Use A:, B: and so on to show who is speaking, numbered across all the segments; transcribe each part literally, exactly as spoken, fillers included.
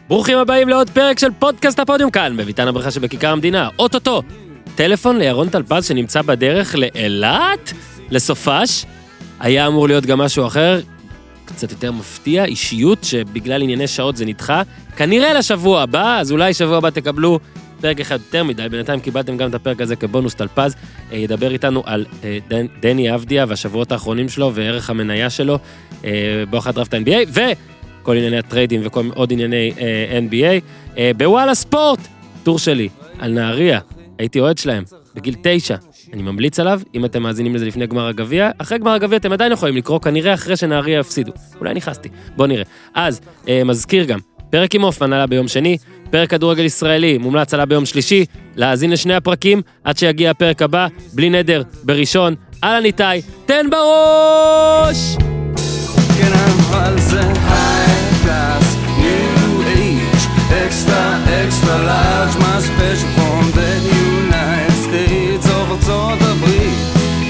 A: ברוכים הבאים לעוד פרק של פודקאסט הפודיום כאן, בביתן הברכה שבכיכר המדינה. אוטוטו, טלפון לירון טלפז שנמצא בדרך לאילת, לסופש. היה אמור להיות גם משהו אחר, קצת יותר מפתיע, אישיות שבגלל ענייני שעות זה נדחה. כנראה לשבוע הבא, אז אולי שבוע הבא תקבלו פרק אחד יותר מדי. בינתיים קיבלתם גם את הפרק הזה כבונוס. טלפז ידבר איתנו על דנ, דני אבדיה והשבועות האחרונים שלו וערך המניה שלו בואחד דראפט ה-אן בי איי, וכל ענייני הטריידים וכל עוד ענייני אן בי איי. בוואלה ספורט, טור שלי על נהריה, הייתי אוהד שלהם בגיל תשע, אני ממליץ עליו, אם אתם מאזינים לזה לפני גמר הגביע. אחרי גמר הגביע אתם עדיין יכולים לקרוא, כנראה אחרי שנהריה הפסידו. אולי נכנסתי, בוא נראה. אז, אה, מזכיר גם, פרק עם אופן עלה ביום שני, פרק כדורגל ישראלי, מומלץ עלה ביום שלישי, להאזין לשני הפרקים, עד שיגיע הפרק הבא, בלי נדר, בראשון. אהלן איתי, תן בראש!
B: כן, אבל זה high class, new age, extra, extra large, my special from the United States of ארצות הברית.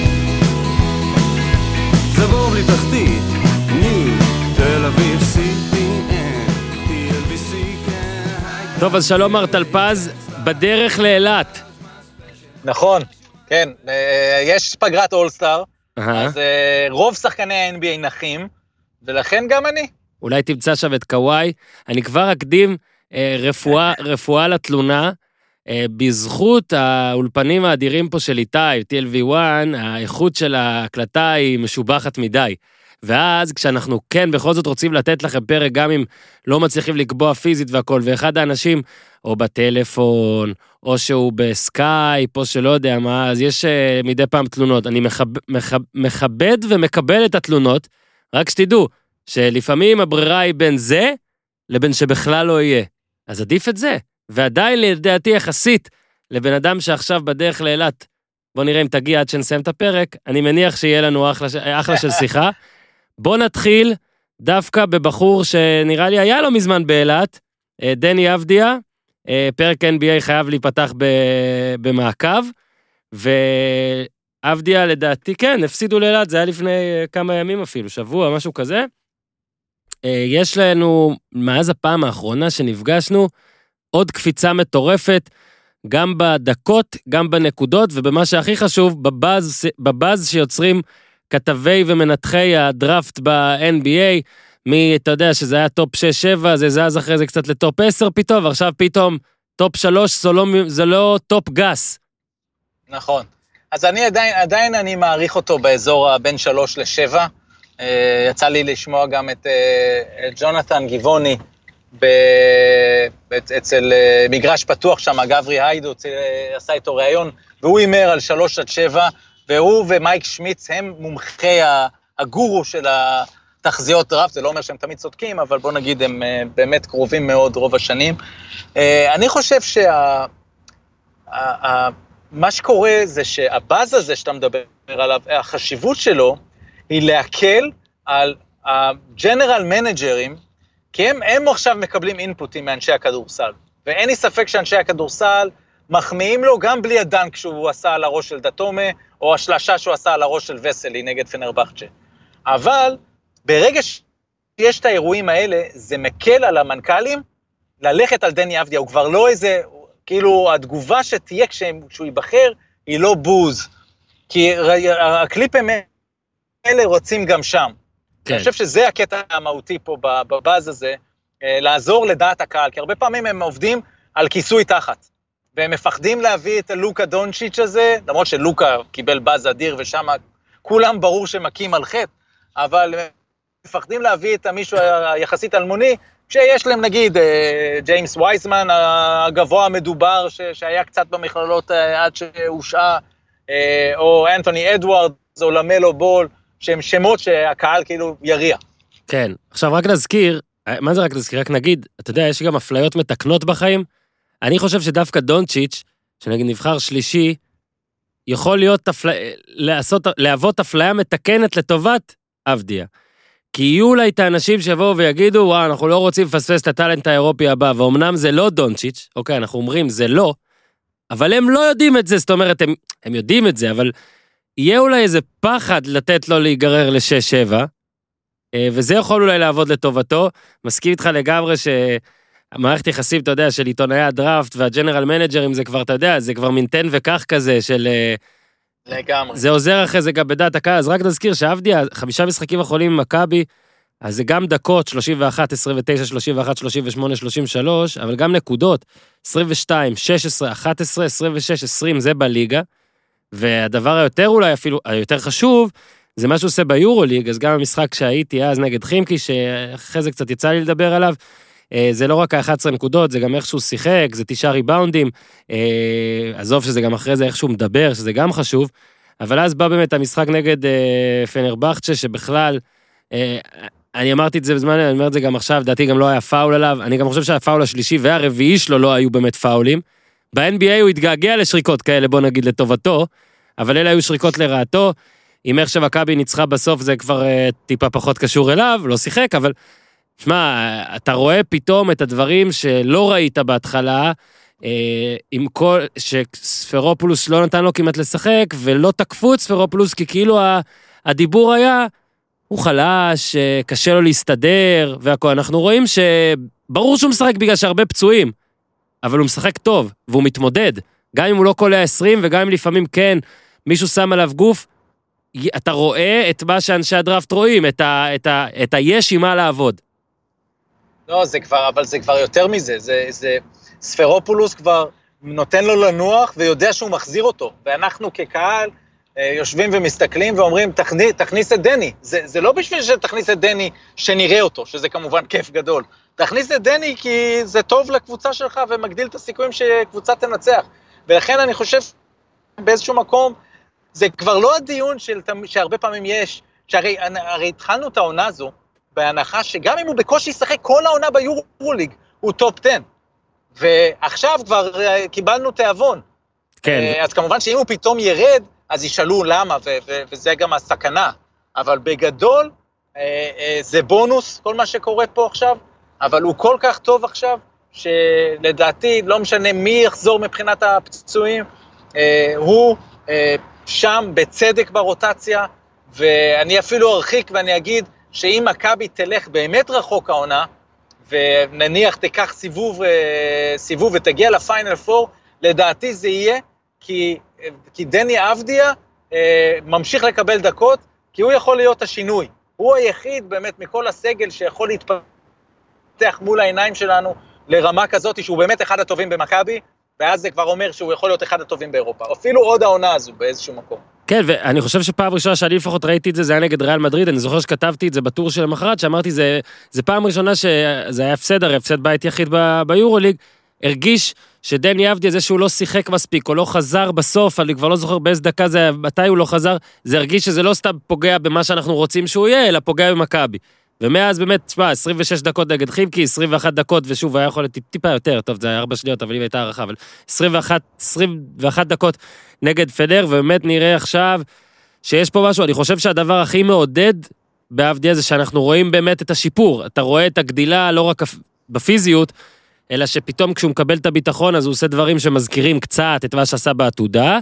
B: זה בור בלי תחתית, new, תל אביב, סי פי אן, טי אל בי סי, כן, high class.
A: טוב, אז שלום מר טלפז, בדרך לאילת.
C: נכון, כן, יש פגרת אולסטאר, אז רוב שחקני ה-אן בי איי נחים, ולכן גם אני.
A: אולי תמצא שם את קוואי. אני כבר אקדים אה, רפואה, רפואה לתלונה, אה, בזכות האולפנים האדירים פה של איתי, טי אל וי אחת, האיכות של ההקלטה היא משובחת מדי. ואז כשאנחנו כן בכל זאת רוצים לתת לכם פרק, גם אם לא מצליחים לקבוע פיזית והכל, ואחד האנשים, או בטלפון, או שהוא בסקייפ, או שלא יודע מה, אז יש אה, מדי פעם תלונות. אני מחב, מחב, מכבד ומקבל את התלונות, רק שתדעו שלפעמים הברירה היא בין זה לבין שבכלל לא יהיה. אז עדיף את זה. ועדיין לדעתי יחסית לבן אדם שעכשיו בדרך לאילת, בוא נראה אם תגיע עד שנסיים את הפרק, אני מניח שיהיה לנו אחלה, אחלה של שיחה. בוא נתחיל דווקא בבחור שנראה לי היה לו מזמן באילת, דני אבדיה, פרק אן בי איי חייב להיפתח במעקב, ו... אבדיה לדעתי, כן, הפסידו לאילת, זה היה לפני כמה ימים אפילו, שבוע, משהו כזה. יש לנו, מאז הפעם האחרונה שנפגשנו, עוד קפיצה מטורפת, גם בדקות, גם בנקודות, ובמה שהכי חשוב, בבאז, בבאז שיוצרים כתבי ומנתחי הדראפט ב-אן בי איי, מי, אתה יודע, שזה היה טופ שש שבע, זה זז אחרי זה קצת לטופ עשר פתאום, ועכשיו פתאום טופ שלוש, זה לא, זה לא טופ גס.
C: נכון. אז אני עדיין, עדיין אני מעריך אותו באזור בין שלוש לשבע. יצא לי לשמוע גם את, את ג'ונתן גיבוני ב, אצל מגרש פתוח שם, גברי היידו, עשה איתו ראיון, והוא אימר על שלוש עד שבע, והוא ומייק שמיץ הם מומחי הגורו של התחזיות דראפט, זה לא אומר שהם תמיד צודקים, אבל בוא נגיד הם באמת קרובים מאוד רוב השנים. אני חושב שה... מה שקורה זה שהבאז הזה שאתה מדבר עליו, החשיבות שלו היא להקל על הג'נרל מנג'רים, כי הם, הם עכשיו מקבלים אינפוטים מאנשי הכדורסל, ואין לי ספק שאנשי הכדורסל מחמיאים לו גם בלי הדנק שהוא עשה על הראש של דתומה, או השלשה שהוא עשה על הראש של וסלי נגד פנרבחצ'ה. אבל ברגע שיש את האירועים האלה, זה מקל על המנכ"לים ללכת על דני אבדיה, הוא כבר לא איזה... כאילו, התגובה שתהיה כשהוא ייבחר, היא לא בוז. כי הקליפים האלה רוצים גם שם. כן. אני חושב שזה הקטע המהותי פה בבאז הזה, לעזור לדעת הקהל, כי הרבה פעמים הם עובדים על כיסוי תחת, והם מפחדים להביא את הלוקה דונצ'יץ' הזה, למרות שלוקה קיבל באז אדיר, ושם כולם ברור שמקים על חטא, אבל מפחדים להביא את המישהו היחסית אלמוני, שיש להם נגיד ג'יימס וייזמן הגבוה המדובר שהיה קצת במכללות עד שהושעה, או אנתוני אדוארד או למלו בול, שהם שמות שהקהל כאילו יריע.
A: כן, עכשיו רק נזכיר, מה זה רק נזכיר? רק נגיד, אתה יודע, יש גם אפליות מתקנות בחיים, אני חושב שדווקא דונצ'יץ', שנגיד נבחר שלישי, יכול להיות, לעשות, להוות אפליה מתקנת לטובת אבדיה. כי יהיו אולי את האנשים שיבואו ויגידו, וואו, אנחנו לא רוצים לפספס את הטלנט האירופי הבא, ואומנם זה לא דונצ'יץ', אוקיי, אנחנו אומרים, זה לא, אבל הם לא יודעים את זה, זאת אומרת, הם, הם יודעים את זה, אבל יהיה אולי איזה פחד לתת לו להיגרר לשש שבע, וזה יכול אולי לעבוד לטובתו. מסכים איתך לגמרי המערכת יחסים, אתה יודע, של עיתונאי הדראפט והג'נרל מנג'רים, זה כבר, אתה יודע, זה כבר מינתן וכך כזה של...
C: לגמרי.
A: זה עוזר אחרי זה גם בדעת הקהל, אז רק נזכיר שעבדיה, חמישה משחקים אחרונים עם מכבי, אז זה גם דקות, שלושים ואחת, עשרים ותשע, שלושים ואחת, שלושים ושמונה, שלושים ושלוש, אבל גם נקודות, עשרים ושתיים, שש עשרה, אחת עשרה, עשרים ושש, עשרים, זה בליגה, והדבר היותר אולי אפילו, היותר חשוב, זה מה שהוא עושה ביורוליג, אז גם המשחק שהייתי אז נגד חימקי, שאחרי זה קצת יצא לי לדבר עליו, זה לא רק ה-אחת עשרה נקודות, זה גם איך שהוא שיחק, זה תשעה ריבאונדים, עזוב שזה גם אחרי זה איך שהוא מדבר, שזה גם חשוב, אבל אז בא באמת המשחק נגד פנרבחצ'ה, שבכלל, אני אמרתי את זה בזמן, אני אומר את זה גם עכשיו, דעתי גם לא היה פאול עליו, אני גם חושב שהפאול השלישי והרביעי שלו לא היו באמת פאולים, ב-אן בי איי הוא התגעגע לשריקות כאלה, בוא נגיד לטובתו, אבל אלה היו שריקות לרעתו, אם איך שמכבי ניצחה בסוף זה כבר טיפה פחות קשור אליו, לא שיחק, אבל שמע, אתה רואה פתאום את הדברים שלא ראית בהתחלה, עם כל, שספרופולוס לא נתן לו כמעט לשחק, ולא תקפו את ספרופולוס, כי כאילו הדיבור היה, הוא חלש, קשה לו להסתדר, והכל. אנחנו רואים שברור שהוא משחק בגלל שהרבה פצועים, אבל הוא משחק טוב, והוא מתמודד, גם אם הוא לא קולע עשרים, וגם אם לפעמים כן, מישהו שם עליו גוף, אתה רואה את מה שאנשי הדראפט רואים, את ה, את ה, את היש עם מה לעבוד.
C: לא, זה כבר, אבל זה כבר יותר מזה, זה, זה, ספרופולוס כבר נותן לו לנוח, ויודע שהוא מחזיר אותו, ואנחנו כקהל, יושבים ומסתכלים ואומרים, תכניס, תכניס את דני, זה, זה לא בשביל שתכניס את דני שנראה אותו, שזה כמובן כיף גדול, תכניס את דני כי זה טוב לקבוצה שלך, ומגדיל את הסיכויים שקבוצה תנצח, ולכן אני חושב באיזשהו מקום, זה כבר לא הדיון של, שהרבה פעמים יש, שהרי הרי התחלנו את העונה הזו, בהנחה שגם אם הוא בקושי ישחק כל העונה ביורוליג, הוא טופ עשר, ועכשיו כבר קיבלנו תיאבון,
A: כן.
C: אז כמובן שאם הוא פתאום ירד, אז ישאלו למה, ו- ו- וזה גם הסכנה, אבל בגדול, זה בונוס, כל מה שקורה פה עכשיו, אבל הוא כל כך טוב עכשיו, שלדעתי לא משנה מי יחזור מבחינת הפצועים, הוא שם בצדק ברוטציה, ואני אפילו ארחיק ואני אגיד, שאם מכבי תלך באמת רחוק העונה, ונניח תיקח סיבוב, סיבוב ותגיע לפיינל פור, לדעתי זה יהיה, כי, כי דני אבדיה ממשיך לקבל דקות, כי הוא יכול להיות השינוי. הוא היחיד באמת מכל הסגל שיכול להתפתח מול העיניים שלנו, לרמה כזאת שהוא באמת אחד הטובים במכבי, ואז זה כבר אומר שהוא יכול להיות אחד הטובים באירופה. אפילו עוד העונה הזו באיזשהו מקום.
A: כן, ואני חושב שפעם ראשונה שאני לפחות ראיתי את זה, זה היה נגד ריאל מדריד, אני זוכר שכתבתי את זה בטור של המחרת, שאמרתי, זה, זה פעם ראשונה שזה היה הפסד, הרי הפסד בית יחיד ב, ביורוליג, הרגיש שדני אבדיה, זה שהוא לא שיחק מספיק, או לא חזר בסוף, אני כבר לא זוכר באיזה דקה זה, מתי הוא לא חזר, זה הרגיש שזה לא סתם פוגע במה שאנחנו רוצים שהוא יהיה, אלא פוגע במכבי. ומאז באמת, תשמע, עשרים ושש דקות נגד חימקי, עשרים ואחת דקות, ושוב, היה יכול טיפ, טיפה יותר, טוב, זה היה ארבע שניות, אבל היא הייתה הערכה, אבל עשרים ואחת, עשרים ואחת דקות נגד פנר, ובאמת נראה עכשיו שיש פה משהו, אני חושב שהדבר הכי מעודד באבדיה זה שאנחנו רואים באמת את השיפור, אתה רואה את הגדילה לא רק בפיזיות, אלא שפתאום כשהוא מקבל את הביטחון, אז הוא עושה דברים שמזכירים קצת את מה שעשה בעתודה,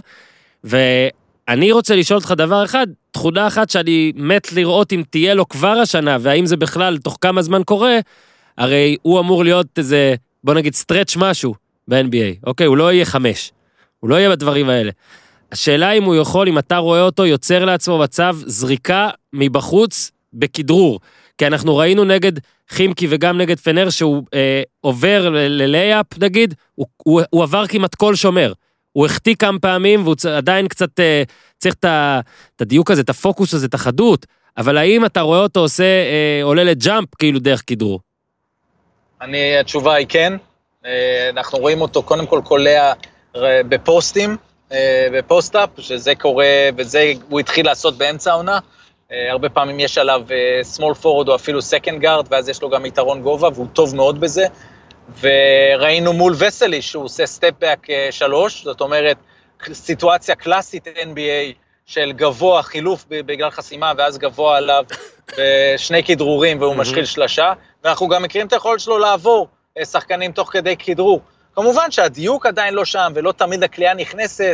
A: ואני רוצה לשאול אותך דבר אחד, תכונה אחת שאני מת לראות אם תהיה לו כבר השנה, והאם זה בכלל תוך כמה זמן קורה, הרי הוא אמור להיות איזה, בוא נגיד, סטרץ' משהו ב-אן בי איי, אוקיי? הוא לא יהיה חמש, הוא לא יהיה בדברים האלה. השאלה אם הוא יכול, אם אתה רואה אותו, יוצר לעצמו מצב זריקה מבחוץ בכדרור, כי אנחנו ראינו נגד חימקי וגם נגד פנר, שהוא אה, עובר ללייאפ, נגיד, הוא, הוא, הוא עבר כמעט כל שומר, הוא החטיא כמה פעמים, והוא עדיין קצת אה, צריך את הדיוק הזה, את הפוקוס הזה, את החדות, אבל האם אתה רואה אותו עושה, אה, עולה לג'אמפ כאילו דרך כדרור?
C: אני, התשובה היא כן, אה, אנחנו רואים אותו קודם כל קולע בפוסטים, אה, בפוסט-אפ, שזה קורה, וזה הוא התחיל לעשות באמצע העונה, אה, הרבה פעמים יש עליו אה, small forward או אפילו second guard, ואז יש לו גם יתרון גובה, והוא טוב מאוד בזה, וראינו מול וסלי שהוא עושה סטפ-בק שלוש, זאת אומרת, סיטואציה קלאסית אן בי איי של גבוה, חילוף בגלל חסימה, ואז גבוה עליו בשני כדרורים, והוא משחיל שלשה, ואנחנו גם מכירים את היכולת שלו לעבור שחקנים תוך כדי כדרור. כמובן שהדיוק עדיין לא שם, ולא תמיד הקליעה נכנסת,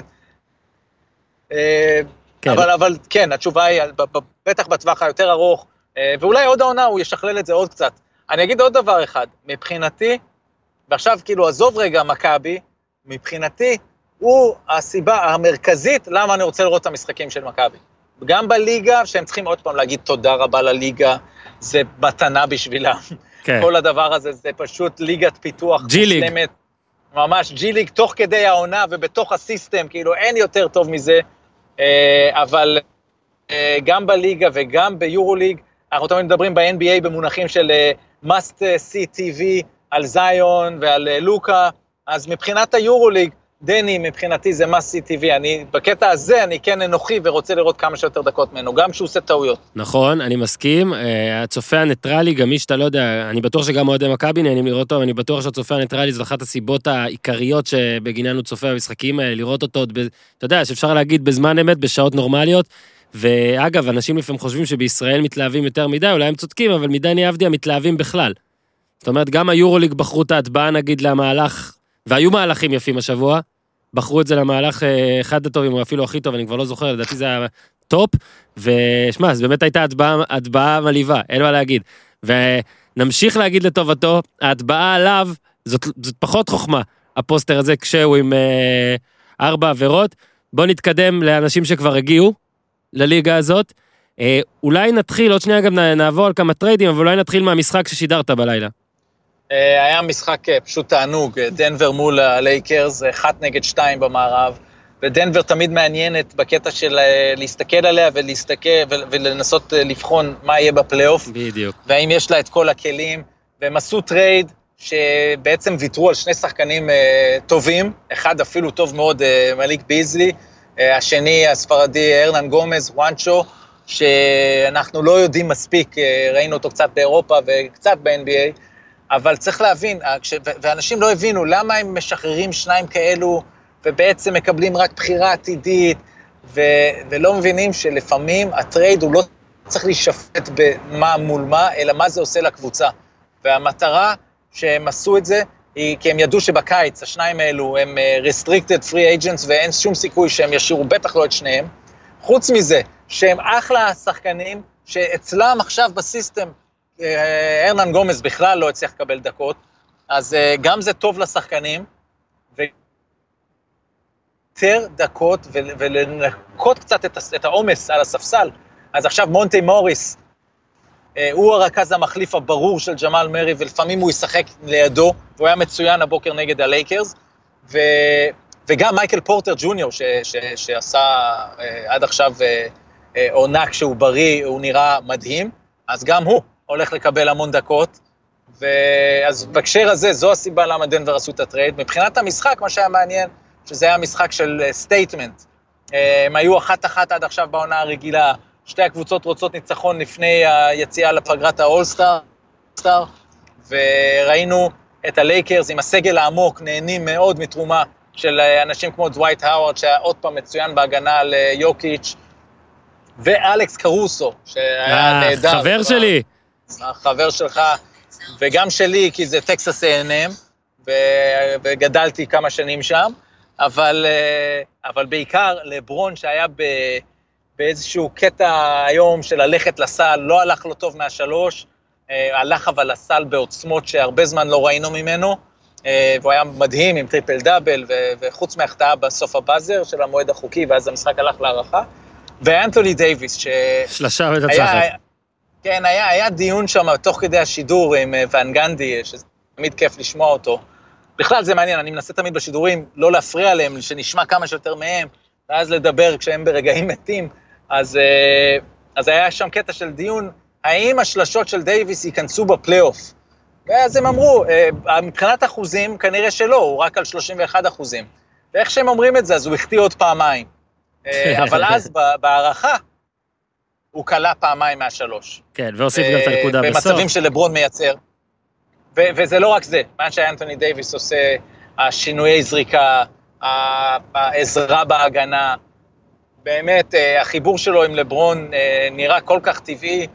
C: כן. אבל, אבל כן, התשובה היא, בטח בטווח היותר ארוך, ואולי עוד העונה הוא ישכלל את זה עוד קצת. אני אגיד עוד דבר אחד, מבחינתי, ועכשיו כאילו עזוב רגע מכבי, מבחינתי הוא הסיבה המרכזית למה אני רוצה לראות את המשחקים של מכבי. גם בליגה, שהם צריכים עוד פעם להגיד תודה רבה לליגה, זה מתנה בשבילם. כן. כל הדבר הזה זה פשוט ליגת פיתוח.
A: ג'י-ליג.
C: ממש ג'י-ליג תוך כדי העונה ובתוך הסיסטם, כאילו אין יותר טוב מזה, אבל גם בליגה וגם ביורוליג, אנחנו תמיד מדברים ב-אן בי איי במונחים של must see טי וי על זיון ועל לוקה, אז מבחינת היורוליג, דני מבחינתי זה must see טי וי, אני בקטע הזה אני כן אנוכי ורוצה לראות כמה שיותר דקות ממנו, גם שהוא עושה טעויות.
A: נכון, אני מסכים, הצופה הניטרלי, גם מי שאתה לא יודע, אני בטוח שגם אוהדי מכבי נהנים לראות אותו, אני בטוח שהצופה הניטרלי זו אחת הסיבות העיקריות שבגינן הוא צופה במשחקים, לראות אותו, אתה יודע, שאפשר להגיד בזמן אמת, בשעות נורמליות, ואגב, אנשים לפעמים חושבים שבישראל מתלהבים יותר מדי, אולי הם צודקים, אבל מדני אבדיה מתלהבים בכלל. זאת אומרת, גם היורוליג בחרו את ההטבעה, נגיד, למהלך, והיו מהלכים יפים השבוע, בחרו את זה למהלך אחד הטובים, או אפילו הכי טוב, אני כבר לא זוכר, לדעתי זה היה טופ, ושמע, זה באמת הייתה הטבעה, הטבעה מליבה, אין מה להגיד. ונמשיך להגיד לטובתו, ההטבעה עליו, זאת, זאת פחות חוכמה, הפוסטר הזה, כשהוא עם אה, ארבע עבירות. בוא נתקדם לאנשים שכבר הגיעו, לליגה הזאת. אה, אולי נתחיל, עוד שנייה גם נעבור על כמה טריידים, אבל אולי נתחיל מהמשחק ששידרת בלילה.
C: היה משחק פשוט תענוג, דנבר מול הלייקרס, אחת נגד שתיים במערב, ודנבר תמיד מעניינת בקטע של להסתכל עליה ולהסתכל ולנסות לבחון מה יהיה בפלייאוף.
A: בדיוק.
C: והאם יש לה את כל הכלים, והם עשו טרייד שבעצם ויתרו על שני שחקנים טובים, אחד אפילו טוב מאוד, מליק ביזלי, השני הספרדי ארנן גומז, וואנצ'ו, שאנחנו לא יודעים מספיק, ראינו אותו קצת באירופה וקצת ב-אן בי איי, אבל צריך להבין, ואנשים לא הבינו למה הם משחררים שניים כאלו, ובעצם מקבלים רק בחירה עתידית, ולא מבינים שלפעמים הטרייד הוא לא צריך להישפט במה מול מה, אלא מה זה עושה לקבוצה. והמטרה שהם עשו את זה, היא כי הם ידעו שבקיץ השניים האלו הם restricted free agents, ואין שום סיכוי שהם ישירו בטח לא את שניהם. חוץ מזה, שהם אחלה שחקנים, שאצלם עכשיו בסיסטם, ארנן גומז בכלל לא הצליח לקבל דקות, אז גם זה טוב לשחקנים, ויותר דקות ולנקות קצת את העומס על הספסל. אז עכשיו מונטי מוריס, הוא הרכז המחליף הברור של ג'מאל מרי, ולפעמים הוא ישחק לידו, והוא היה מצוין הבוקר נגד הלייקרס, ו... וגם מייקל פורטר ג'וניור, ש... ש... שעשה עד עכשיו עונה כשהוא בריא, הוא נראה מדהים, אז גם הוא הולך לקבל המון דקות, ואז בקשר הזה, זו הסיבה למה דנבר עשו את הטרייד. מבחינת המשחק, מה שהיה מעניין, שזה היה משחק של סטייטמנט, הם היו אחת-אחת עד עכשיו בעונה הרגילה, שתי הקבוצות רוצות ניצחון לפני היציאה לפגרת האולסטאר, וראינו את הלייקרס עם הסגל העמוק, נהנים מאוד מתרומה של אנשים כמו דווייט האוורד, שהיה עוד פעם מצוין בהגנה על יוקיץ', ואלכס קרוסו, שהיה נהדר.
A: חבר שלי.
C: החבר שלך, וגם שלי, כי זה טקסס איי אנד אם, וגדלתי כמה שנים שם, אבל, אבל בעיקר לברון שהיה ב... באיזשהו קטע היום של ללכת לסל, לא הלך לו טוב מהשלוש, הלך אבל לסל בעוצמות שהרבה זמן לא ראינו ממנו, והוא היה מדהים עם טריפל דאבל, וחוץ מהחטאה בסוף הבאזר של המועד החוקי, ואז המשחק הלך להערכה, ואנתוני דייביס, ש...
A: שלשה ותצחת.
C: כן, היה, היה דיון שם תוך כדי השידור עם ואן גנדי, שזה תמיד כיף לשמוע אותו. בכלל זה מעניין, אני מנסה תמיד בשידורים לא להפריע להם, שנשמע כמה שיותר מהם, ואז לדבר כשהם ברגעים מתים, אז, אז היה שם קטע של דיון, האם השלשות של דייביס ייכנסו בפלייאוף? ואז הם אמרו, מבחינת אחוזים כנראה שלא, הוא רק על שלושים ואחד אחוזים. ואיך שהם אומרים את זה, אז הוא החטיא עוד פעמיים. אבל אז בהערכה, הוא קלה פעמיים מהשלוש.
A: כן, והוסיף גם את הנקודה בסוף.
C: במצבים של לברון מייצר. ו- וזה לא רק זה, מה שאנתוני דייביס עושה, השינויי זריקה, העזרה בהגנה, באמת, החיבור שלו עם לברון נראה כל כך טבעי,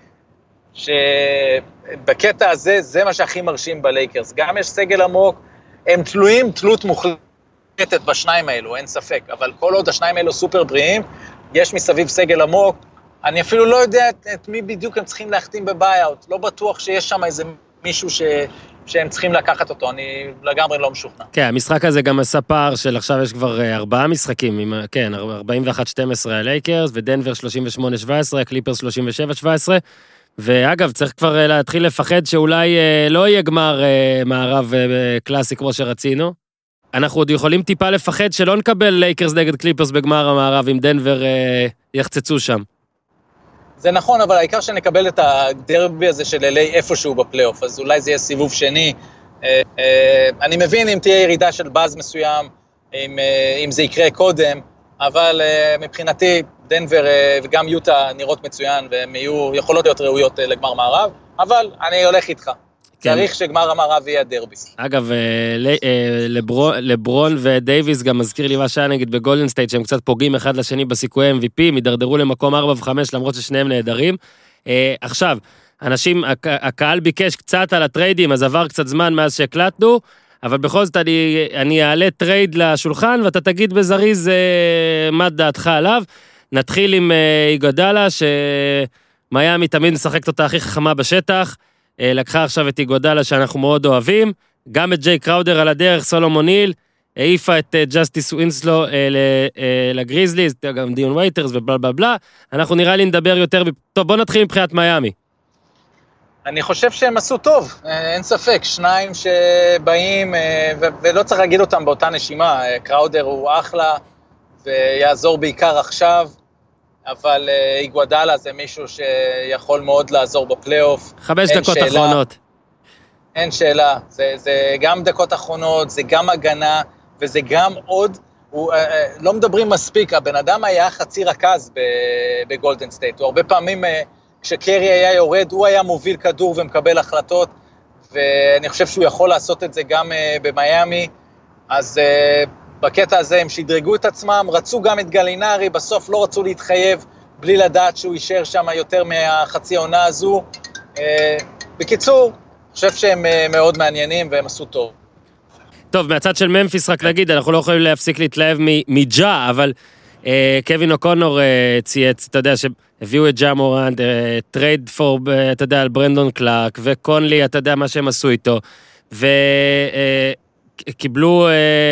C: שבקטע הזה, זה מה שהכי מרשים בלייקרס. גם יש סגל עמוק, הם תלויים תלות מוחלטת בשניים האלו, אין ספק, אבל כל עוד השניים האלו סופר בריאים, יש מסביב סגל עמוק, אני אפילו לא יודע את, את מי בדיוק הם צריכים להחתים בביי-אוט, לא בטוח שיש שם איזה מישהו ש, שהם צריכים לקחת אותו, אני לגמרי לא משוכנע.
A: כן, המשחק הזה גם עשה פער של עכשיו יש כבר ארבעה משחקים, עם, כן, ארבעים ואחת שתים עשרה הלייקרס, ודנבר שלושים ושמונה שבע עשרה, הקליפרס שלושים ושבע שבע עשרה, ואגב, צריך כבר להתחיל לפחד שאולי לא יהיה גמר מערב קלאסי כמו שרצינו. אנחנו עוד יכולים טיפה לפחד שלא נקבל לייקרס נגד קליפרס בגמר המערב, אם דנבר יחצצו שם.
C: זה נכון, אבל העיקר שנקבל את הדרבי הזה של אליי איפשהו בפלייאוף, אז אולי זה יהיה סיבוב שני. אני מבין אם תהיה ירידה של באז מסוים, אם, אם זה יקרה קודם, אבל מבחינתי דנבר וגם יוטה נראות מצוין, והן יהיו יכולות להיות ראויות לגמר מערב, אבל אני הולך איתך. כן. צריך שגמר המערב יהיה דרבי.
A: אגב, לברון, לברון ודייביס גם מזכיר לי מה שהיה נגיד בגולדן סטייט, שהם קצת פוגעים אחד לשני בסיכויי אם וי פי, מדרדרו למקום ארבע וחמש, למרות ששניהם נהדרים. עכשיו, אנשים, הקהל ביקש קצת על הטריידים, אז עבר קצת זמן מאז שהקלטנו, אבל בכל זאת אני, אני אעלה טרייד לשולחן, ואתה תגיד בזריז מה דעתך עליו. נתחיל עם איגודלה, שמיימי תמיד משחקת אותה הכי חכמה בשטח, לקחה עכשיו את איגודלה שאנחנו מאוד אוהבים, גם את ג'יי קראודר על הדרך, סולומון היל, העיפה את ג'סטיס ווינסלו לגריזליז, גם דיון וייטרס ובלה בלה בלה, אנחנו נראה לי נדבר יותר, טוב בוא נתחיל מבחינת מיימי.
C: אני חושב שהם עשו טוב, אין ספק, שניים שבאים, ולא צריך להגיד אותם באותה נשימה, קראודר הוא אחלה, ויעזור בעיקר עכשיו, אבל איגודלה זה מישהו שיכול מאוד לעזור בפלייאוף.
A: חמש דקות שאלה, אחרונות.
C: אין שאלה, זה, זה גם דקות אחרונות, זה גם הגנה, וזה גם עוד, הוא, לא מדברים מספיק, הבן אדם היה חצי רכז בגולדן סטייט, הוא הרבה פעמים, כשקרי היה יורד, הוא היה מוביל כדור ומקבל החלטות, ואני חושב שהוא יכול לעשות את זה גם במיימי, אז בקטע הזה הם שדרגו את עצמם, רצו גם את גלינרי, בסוף לא רצו להתחייב, בלי לדעת שהוא יישאר שם יותר מהחצי העונה הזו. בקיצור, אני חושב שהם מאוד מעניינים והם עשו טוב.
A: טוב, מהצד של ממפיס רק להגיד, אנחנו לא יכולים להפסיק להתלהב מג'ה, אבל קווין אוקונור צייץ, אתה יודע, שהביאו את ג'ה מורנט, טרייד פור, אתה יודע, על ברנדון קלארק, וקונלי, אתה יודע מה שהם עשו איתו, ו... קיבלו,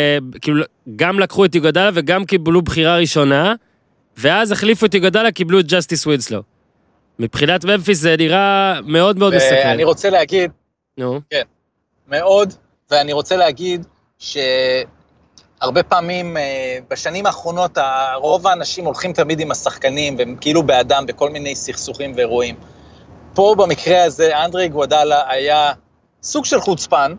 A: גם לקחו את איגודלה וגם קיבלו בחירה ראשונה, ואז החליפו את איגודלה, קיבלו את ג'סטיס ווינסלו. מבחינת ממפיס זה נראה מאוד מאוד מסקרן.
C: אני רוצה להגיד,
A: נו.
C: כן, מאוד, ואני רוצה להגיד שהרבה פעמים בשנים האחרונות, רוב האנשים הולכים תמיד עם השחקנים, והם כאילו באדם בכל מיני סכסוכים ואירועים. פה במקרה הזה, אנדרי איגודלה היה סוג של חוצפן,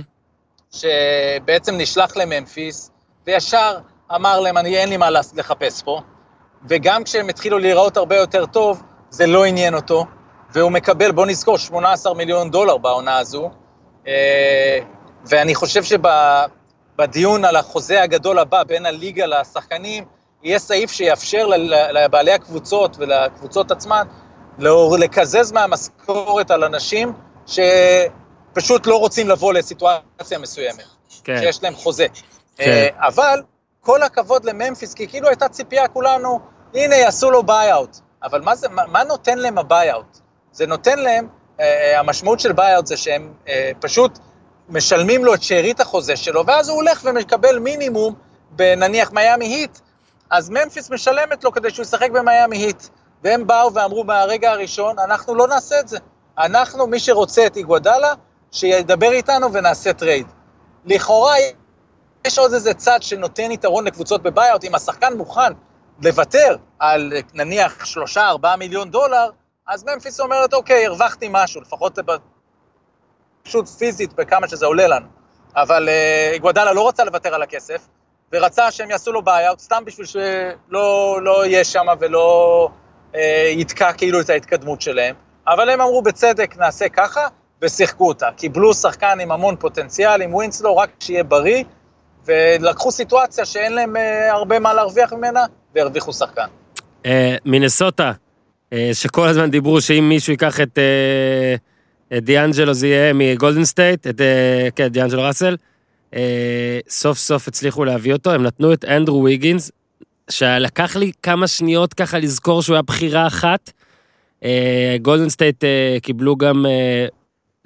C: שבעצם נשלח לממפיס, וישר אמר להם, אני אין לי מה לחפש פה, וגם כשהם התחילו להיראות הרבה יותר טוב, זה לא עניין אותו, והוא מקבל, בוא נזכור, שמונה עשר מיליון דולר בעונה הזו, ואני חושב שבדיון על החוזה הגדול הבא, בין הליגה לשחקנים, יהיה סעיף שיאפשר לבעלי הקבוצות ולקבוצות עצמן, לקזז מהמשכורת על אנשים ש... פשוט לא רוצים לבוא לסיטואציה מסוימת, כן. שיש להם חוזה. כן. אבל כל הכבוד לממפיס, כי כאילו הייתה ציפייה כולנו, הנה יעשו לו ביי-אוט. אבל מה, זה, מה, מה נותן להם הביי-אוט? זה נותן להם, אה, המשמעות של ביי-אוט זה שהם אה, פשוט משלמים לו את שארית החוזה שלו, ואז הוא הולך ומקבל מינימום בנניח מיימי היט, אז ממפיס משלמת לו כדי שהוא ישחק במיימי היט. והם באו ואמרו מהרגע הראשון, אנחנו לא נעשה את זה. אנחנו, מי שרוצה את איגודלה, שידבר איתנו ונעשה טרייד. לכאורה, יש עוד איזה צד שנותן יתרון לקבוצות בביי-אוט, אם השחקן מוכן לוותר על נניח שלושה, ארבעה מיליון דולר, אז ממפיס אומרת, אוקיי, הרווחתי משהו, לפחות פשוט פיזית בכמה שזה עולה לנו. אבל איגודלה לא רצה לוותר על הכסף, ורצה שהם יעשו לו ביי-אוט, סתם בשביל שלא לא יהיה שם ולא אה, יתקע כאילו את ההתקדמות שלהם. אבל הם אמרו, בצדק, נעשה ככה, ושיחקו אותה. קיבלו שחקן עם המון פוטנציאל, עם ווינסלו, רק שיהיה בריא, ולקחו סיטואציה שאין להם uh, הרבה מה להרוויח ממנה, והרוויחו שחקן.
A: Uh, מינסוטה, uh, שכל הזמן דיברו שאם מישהו ייקח את, uh, את דיאנג'לו, זה יהיה מגולדן סטייט, את uh, כן, דיאנג'לו ראסל, uh, סוף סוף הצליחו להביא אותו, הם נתנו את אנדרו ויגינס, שלקח לי כמה שניות ככה לזכור שהוא היה בחירה אחת, גולדן סטייט קיבלו גם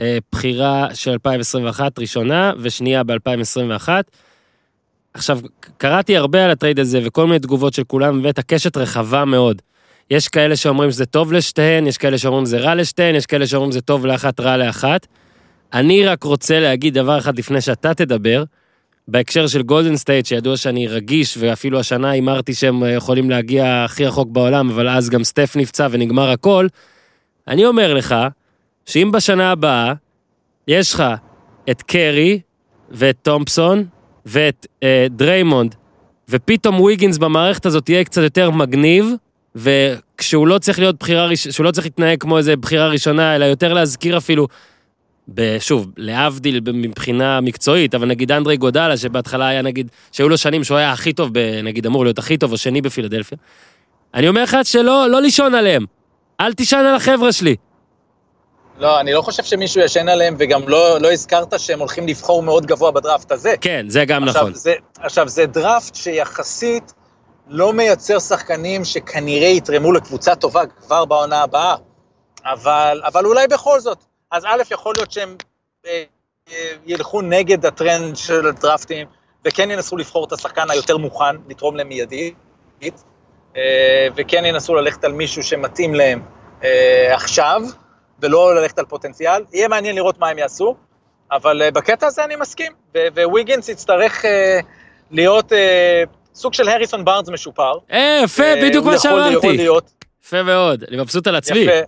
A: בחירה של אלפיים עשרים ואחת ראשונה, ושנייה ב-אלפיים עשרים ואחת. עכשיו, קראתי הרבה על הטרייד הזה, וכל מיני תגובות של כולם, ובאמת הקשת רחבה מאוד. יש כאלה שאומרים שזה טוב לשתיהן, יש כאלה שאומרים זה רע לשתיהן, יש כאלה שאומרים זה טוב לאחת, רע לאחת. אני רק רוצה להגיד דבר אחד לפני שאתה תדבר, בהקשר של גולדן סטייט, שידוע שאני רגיש, ואפילו השנה אמרתי שהם יכולים להגיע הכי רחוק בעולם, אבל אז גם סטף נפצע ונגמר הכל. אני אומר לך, שאם בשנה הבאה, יש לך את קרי, ואת תומפסון, ואת אה, דריימונד, ופתאום וויגינס במערכת הזאת תהיה קצת יותר מגניב, וכשהוא לא צריך להיות בחירה, שהוא לא צריך להתנהג כמו איזה בחירה ראשונה, אלא יותר להזכיר אפילו, שוב, להבדיל מבחינה מקצועית, אבל נגיד אנדרי גודלה, שבהתחלה היה נגיד, שהיו לו שנים שהוא היה הכי טוב, נגיד אמור להיות הכי טוב, או שני בפילדלפיה. אני אומר לך שלא, לא לישון עליהם. אל תישן על החבר'ה שלי.
C: לא, אני לא חושב שמישהו ישן עליהם, וגם לא, לא הזכרת שהם הולכים לבחור מאוד גבוה בדראפט הזה.
A: כן, זה גם
C: עכשיו,
A: נכון.
C: זה, עכשיו, זה דראפט שיחסית לא מייצר שחקנים שכנראה יתרמו לקבוצה טובה כבר בעונה הבאה. אבל, אבל אולי בכל זאת. אז א', יכול להיות שהם אה, אה, ילכו נגד הטרנד של הדרפטים, וכן ינסו לבחור את השחקן היותר מוכן, לתרום להם מיידית, אה, וכן ינסו ללכת על מישהו שמתאים להם אה, עכשיו, ולא ללכת על פוטנציאל. יהיה מעניין לראות מה הם יעשו, אבל אה, בקטע הזה אני מסכים, וויגינס יצטרך אה, להיות אה, סוג של הריסון בארנס משופר.
A: אה, יפה, אה, בדיוק מה שאמרתי.
C: להיות.
A: יפה מאוד, אני מבסוט על עצמי.
C: יפה.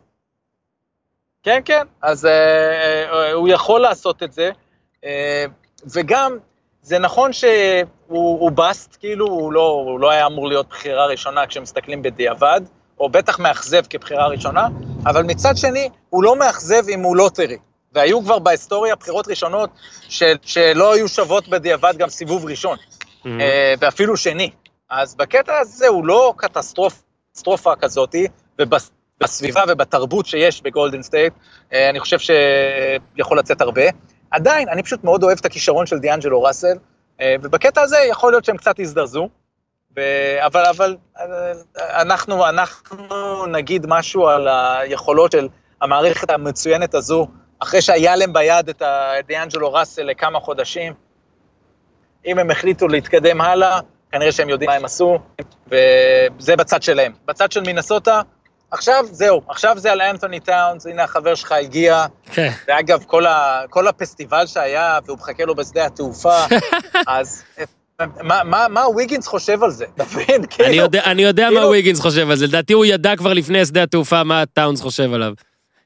C: כן, כן, אז uh, הוא יכול לעשות את זה, uh, וגם זה נכון שהוא הוא בסט, כאילו הוא לא, הוא לא היה אמור להיות בחירה ראשונה כשמסתכלים בדיעבד, או בטח מאכזב כבחירה ראשונה, אבל מצד שני הוא לא מאכזב אם הוא לא טרי, והיו כבר בהיסטוריה בחירות ראשונות של, שלא היו שוות בדיעבד גם סיבוב ראשון, mm-hmm. uh, ואפילו שני, אז בקטע הזה הוא לא קטסטרופ, קטסטרופה כזאתי, ובס... בסביבה ובתרבות שיש בגולדן סטייט, אני חושב שיכול לצאת הרבה. עדיין, אני פשוט מאוד אוהב את הכישרון של דיאנג'לו ראסל, ובקטע הזה יכול להיות שהם קצת יזדרזו, אבל, אבל אנחנו, אנחנו נגיד משהו על היכולות של המערכת המצוינת הזו, אחרי שהיה להם ביד את דיאנג'לו ראסל לכמה חודשים, אם הם החליטו להתקדם הלאה, כנראה שהם יודעים מה הם עשו, וזה בצד שלהם. בצד של מינסוטה, עכשיו זהו, עכשיו זה על אנתוני טאונס, הנה החבר שלך הגיע, ואגב, כל, ה, כל הפסטיבל שהיה, והוא מחכה לו בשדה התעופה, אז מה, מה, מה וויגינס חושב על זה? תבין, כאילו...
A: אני יודע, אני יודע
C: כאילו,
A: מה וויגינס חושב על זה, לדעתי הוא ידע כבר לפני שדה התעופה מה טאונס חושב עליו.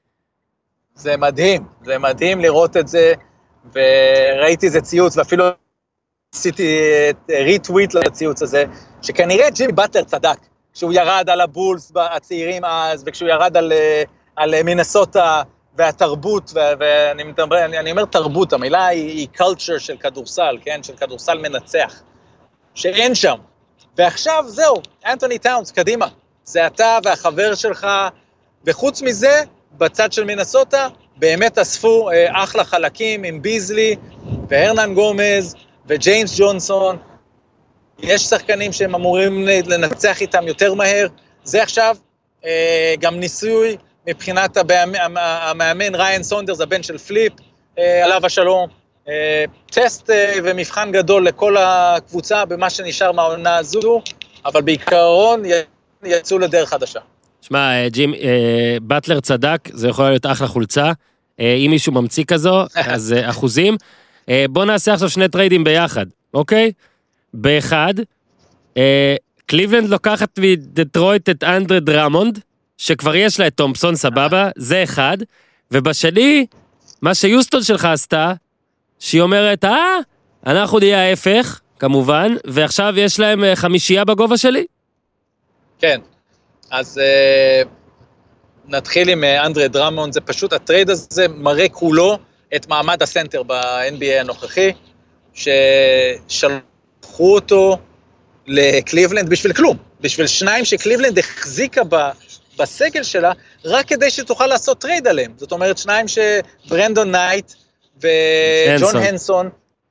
C: זה מדהים, זה מדהים לראות את זה, וראיתי איזה ציוץ, ואפילו עשיתי ריטוויט לציוץ הזה, שכנראה ג'ימי באטלר צדק, כשהוא ירד על הבולס הצעירים אז, וכשהוא ירד על, על מינסוטה והתרבות, ו, ואני מדבר, אני, אני אומר תרבות, המילה היא, היא culture של כדורסל, כן? של כדורסל מנצח, שאין שם. ועכשיו זהו, אנתוני טאונס, קדימה. זה אתה והחבר שלך, וחוץ מזה, בצד של מינסוטה, באמת אספו אה, אחלה חלקים עם ביזלי, והרנן גומז, וג'יימס ג'ונסון, יש שחקנים שהם אמורים לנצח איתם יותר מהר, זה עכשיו אה, גם ניסוי מבחינת הבאמ, המאמן ריין סונדרס, הבן של פליפ, אה, עליו השלום, אה, טסט אה, ומבחן גדול לכל הקבוצה במה שנשאר מהעונה הזו, אבל בעיקרון יצאו לדרך חדשה.
A: שמע, ג'ים, אה, באטלר צדק, זה יכול להיות אחלה חולצה, אה, אם מישהו ממציא כזו, אז אה, אחוזים. אה, בוא נעשה עכשיו שני טריידים ביחד, אוקיי? באחד, אה, קליבלנד לוקחת מדטרויט את אנדרי דרמונד, שכבר יש לה את תומפסון, סבבה, זה אחד, ובשני, מה שיוסטון שלך עשתה, שהיא אומרת, אה, אנחנו נהיה ההפך, כמובן, ועכשיו יש להם חמישייה בגובה שלי?
C: כן, אז אה, נתחיל עם אנדרי דרמונד, זה פשוט, הטרייד הזה מראה כולו את מעמד הסנטר ב-אן בי איי הנוכחי, ששלחו אותו לקליבלנד בשביל כלום, בשביל שניים שקליבלנד החזיקה ב, בסגל שלה, רק כדי שתוכל לעשות טרייד עליהם. זאת אומרת, שניים שברנדון נייט וג'ון הנסון,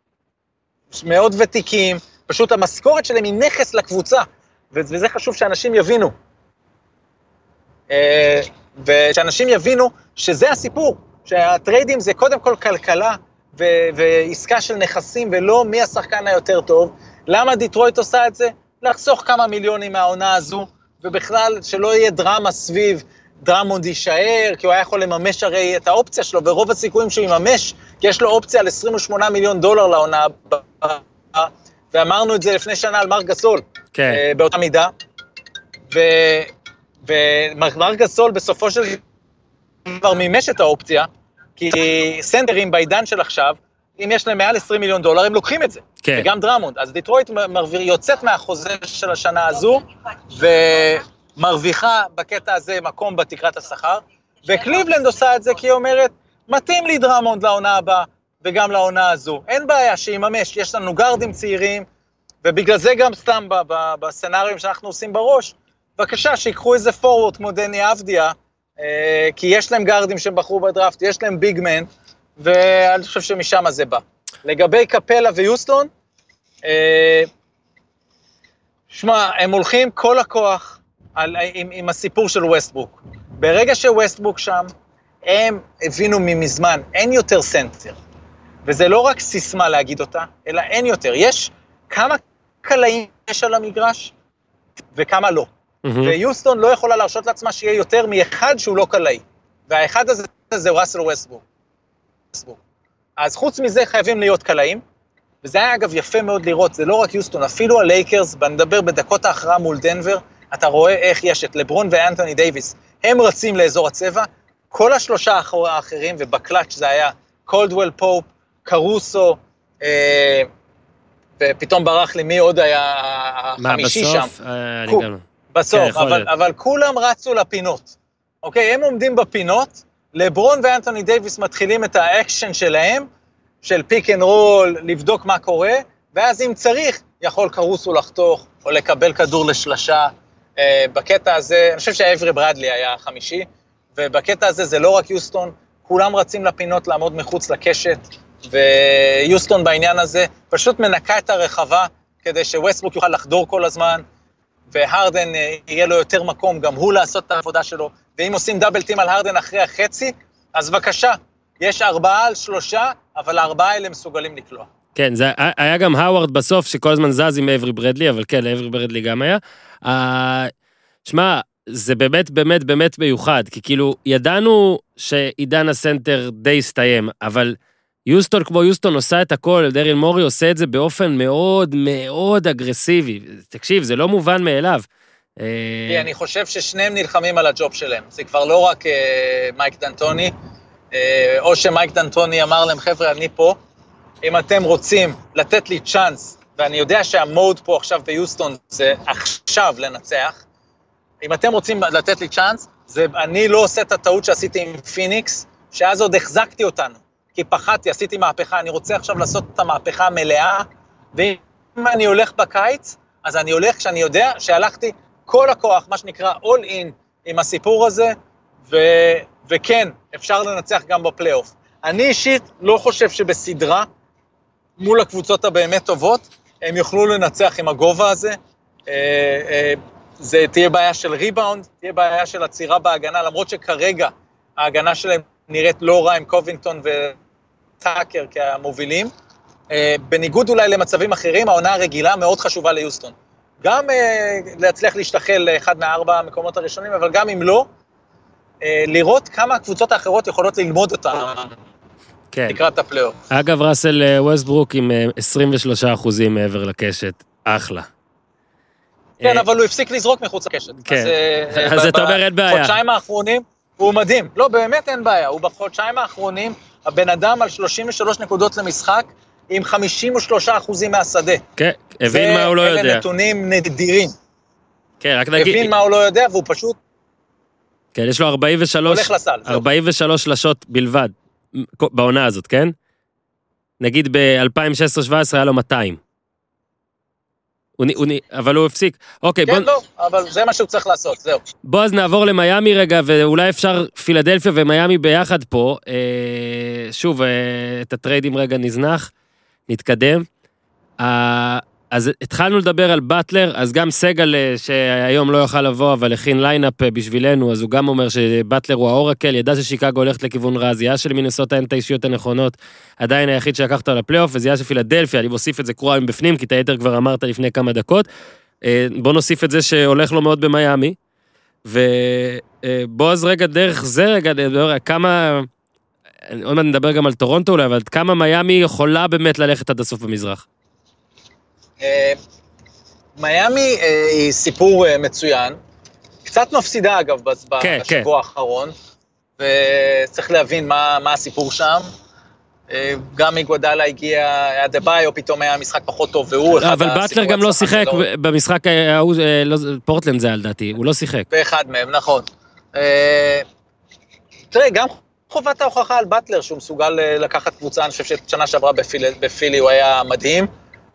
C: מאוד ותיקים, פשוט המשכורת שלהם היא נכס לקבוצה, וזה חשוב שאנשים יבינו. ושאנשים יבינו שזה הסיפור, שהטריידים זה קודם כל כלכלה, ו- ועסקה של נכסים, ולא מי השחקן היותר טוב. למה דיטרויט עושה את זה? לחסוך כמה מיליונים מהעונה הזו, ובכלל שלא יהיה דרמה סביב, דרמונד יישאר, כי הוא היה יכול לממש הרי את האופציה שלו, ורוב הסיכויים שהוא יממש, כי יש לו אופציה על עשרים ושמונה מיליון דולר לעונה הבאה, ואמרנו את זה לפני שנה על מרק גסול,
A: כן.
C: באותה מידה, ומרק גסול בסופו של דבר מימש את האופציה, כי סנטרים בעידן של עכשיו, אם יש להם מעל עשרים מיליון דולר, הם לוקחים את זה. כן. וגם דרמונד. אז דיטרויט מרוויר, יוצאת מהחוזה של השנה הזו, ומרוויחה בקטע הזה מקום בתקרת השכר, וקליבלנד עושה את זה כי היא אומרת, מתאים לי דרמונד לעונה הבאה, וגם לעונה הזו. אין בעיה שיממש, יש לנו גרדים צעירים, ובגלל זה גם סתם בסצנריום שאנחנו עושים בראש, בבקשה, שיקחו איזה פורוורד כמו דני אבדיה, כי יש להם גרדים שהם בחרו בדראפט, יש להם ביג מן, ואני חושב שמשם זה בא. לגבי קפלה ויוסטון, שמה, הם הולכים כל הכוח על, עם, עם הסיפור של ווסטברוק. ברגע שווסטברוק שם, הם הבינו ממזמן, אין יותר סנטר. וזה לא רק סיסמה להגיד אותה, אלא אין יותר. יש כמה קלעים יש על המגרש, וכמה לא. Mm-hmm. ויוסטון לא יכולה להרשות לעצמה שיהיה יותר מאחד שהוא לא קלעי. והאחד הזה זה ראסל ווסטברוק. אז חוץ מזה חייבים להיות קלעים, וזה היה אגב יפה מאוד לראות, זה לא רק יוסטון, אפילו הלייקרס, נדבר בדקות האחרונה מול דנבר, אתה רואה איך יש את לברון ואנתוני דייביס, הם רצים לאזור הצבע, כל השלושה האחרים, ובקלאץ' זה היה קולדוול פופ, קרוסו, אה, ופתאום ברח לי מי עוד היה החמישי שם.
A: מה, בסוף? אה, קו, גם...
C: בסוף, כן, אבל, אבל כולם רצו לפינות. אוקיי, הם עומדים בפינות, לברון ואנתוני דייביס מתחילים את האקשן שלהם, של פיק אנד רול, לבדוק מה קורה, ואז אם צריך, יכול קרוסו לחתוך, או לקבל כדור לשלשה. אה, בקטע הזה, אני חושב שאברי ברדלי היה החמישי, ובקטע הזה זה לא רק יוסטון, כולם רצים לפינות לעמוד מחוץ לקשת, ויוסטון בעניין הזה פשוט מנקה את הרחבה, כדי שווסטברוק יוכל לחדור כל הזמן, והרדן יהיה לו יותר מקום, גם הוא לעשות את העבודה שלו, ואם עושים דאבל טים על הרדן אחרי החצי, אז בבקשה, יש ארבעה על שלושה, אבל הארבעה האלה מסוגלים לקלוע.
A: כן, זה היה גם האוורד בסוף, שכל הזמן זז עם אברי ברדלי, אבל כן, אברי ברדלי גם היה. שמע, זה באמת, באמת, באמת מיוחד, כי כאילו, ידענו שעידן הסנטר די הסתיים, אבל יוסטון כמו יוסטון עושה את הכל, דריל מורי עושה את זה באופן מאוד מאוד אגרסיבי. תקשיב, זה לא מובן מאליו.
C: כי אני חושב ששניהם נלחמים על הג'וב שלהם. זה כבר לא רק מייק דנטוני, או שמייק דנטוני אמר להם, חבר'ה, אני פה, אם אתם רוצים לתת לי צ'אנס, ואני יודע שהמוד פה עכשיו ביוסטון זה עכשיו לנצח, אם אתם רוצים לתת לי צ'אנס, זה, אני לא עושה את הטעות שעשיתי עם פיניקס, שאז עוד החזקתי אותנו, כי פחדתי, עשיתי מהפכה, אני רוצה עכשיו לעשות את המהפכה המלאה, ואם אני הולך בקיץ, אז אני הולך כשאני יודע שהלכתי כל הכוח, מה שנקרא all in עם הסיפור הזה, ו, וכן, אפשר לנצח גם בפלייאוף. אני אישית לא חושב שבסדרה, מול הקבוצות הבאמת טובות, הם יוכלו לנצח עם הגובה הזה, זה תהיה בעיה של ריבאונד, תהיה בעיה של עצירה בהגנה, למרות שכרגע ההגנה שלהם נראית לא רע עם קובינגטון וטאקר כמובילים, בניגוד אולי למצבים אחרים, העונה הרגילה מאוד חשובה ליוסטון. גם להצליח להשתחל לאחד מהארבע המקומות הראשונים, אבל גם אם לא, לראות כמה הקבוצות האחרות יכולות ללמוד אותה. כן. לקראת הפלייאוף.
A: אגב, ראסל ווסטברוק עם עשרים ושלושה אחוזים מעבר לקשת. אחלה.
C: כן, אבל הוא הפסיק לזרוק מחוץ לקשת.
A: כן. אז אתה אומר אין בעיה.
C: בחודשיים האחרונים הוא מדהים. לא, באמת אין בעיה. הוא בחודשיים האחרונים, הבן אדם על שלושים ושלוש נקודות למשחק, עם חמישים ושלושה אחוזים מהשדה.
A: כן, הבין מה הוא לא יודע.
C: ואלה נתונים נדירים.
A: כן, רק נגיד.
C: הבין מה הוא לא יודע, והוא פשוט...
A: כן, יש לו ארבעים ושלוש...
C: הולך לסל.
A: ארבעים ושלוש שלשות בלבד. בעונה הזאת, כן? נגיד ב-אלפיים שש עשרה שבע עשרה היה לו מאתיים. הוא, הוא, אבל הוא הפסיק. אוקיי,
C: כן,
A: בוא...
C: לא, אבל זה מה שהוא צריך לעשות, זהו.
A: בוא אז נעבור למיימי רגע, ואולי אפשר פילדלפיה ומיימי ביחד פה. אה, שוב, אה, את הטריידים רגע נזנח, נתקדם. אה, אז התחלנו לדבר על באטלר, אז גם סגל שהיום לא יוכל לבוא, אבל הכין ליינאפ בשבילנו, אז הוא גם אומר שבאטלר הוא האורקל, ידע ששיקגו הולכת לכיוון רע, זיהה של מינסוטה אין את האישיות הנכונות, עדיין היחיד שלקחת על הפלייאוף, וזיהה של פילדלפיה, אני מוסיף את זה קרואה מבפנים, כי את היתר כבר אמרת לפני כמה דקות, בוא נוסיף את זה שהולך לו מאוד במיימי, ובוא אז רגע דרך זה רגע, כמה, עוד מעט נדבר גם על טורונטו אולי, אבל כמה מיימי יכולה באמת ללכת עד הסוף במזרח.
C: מיימי היא סיפור מצוין, קצת מפסידה אגב בשבוע האחרון, וצריך להבין מה הסיפור שם, גם מגוודלה הגיע, אדבאיו פתאום היה משחק פחות טוב, והוא אחד
A: אבל באטלר גם לא שיחק במשחק, פורטלנד זה על דעתי, הוא לא שיחק.
C: באחד מהם, נכון. תראה, גם חובת ההוכחה על באטלר, שהוא מסוגל לקחת קבוצה, אני חושב ששנה שעברה בפילי הוא היה מדהים,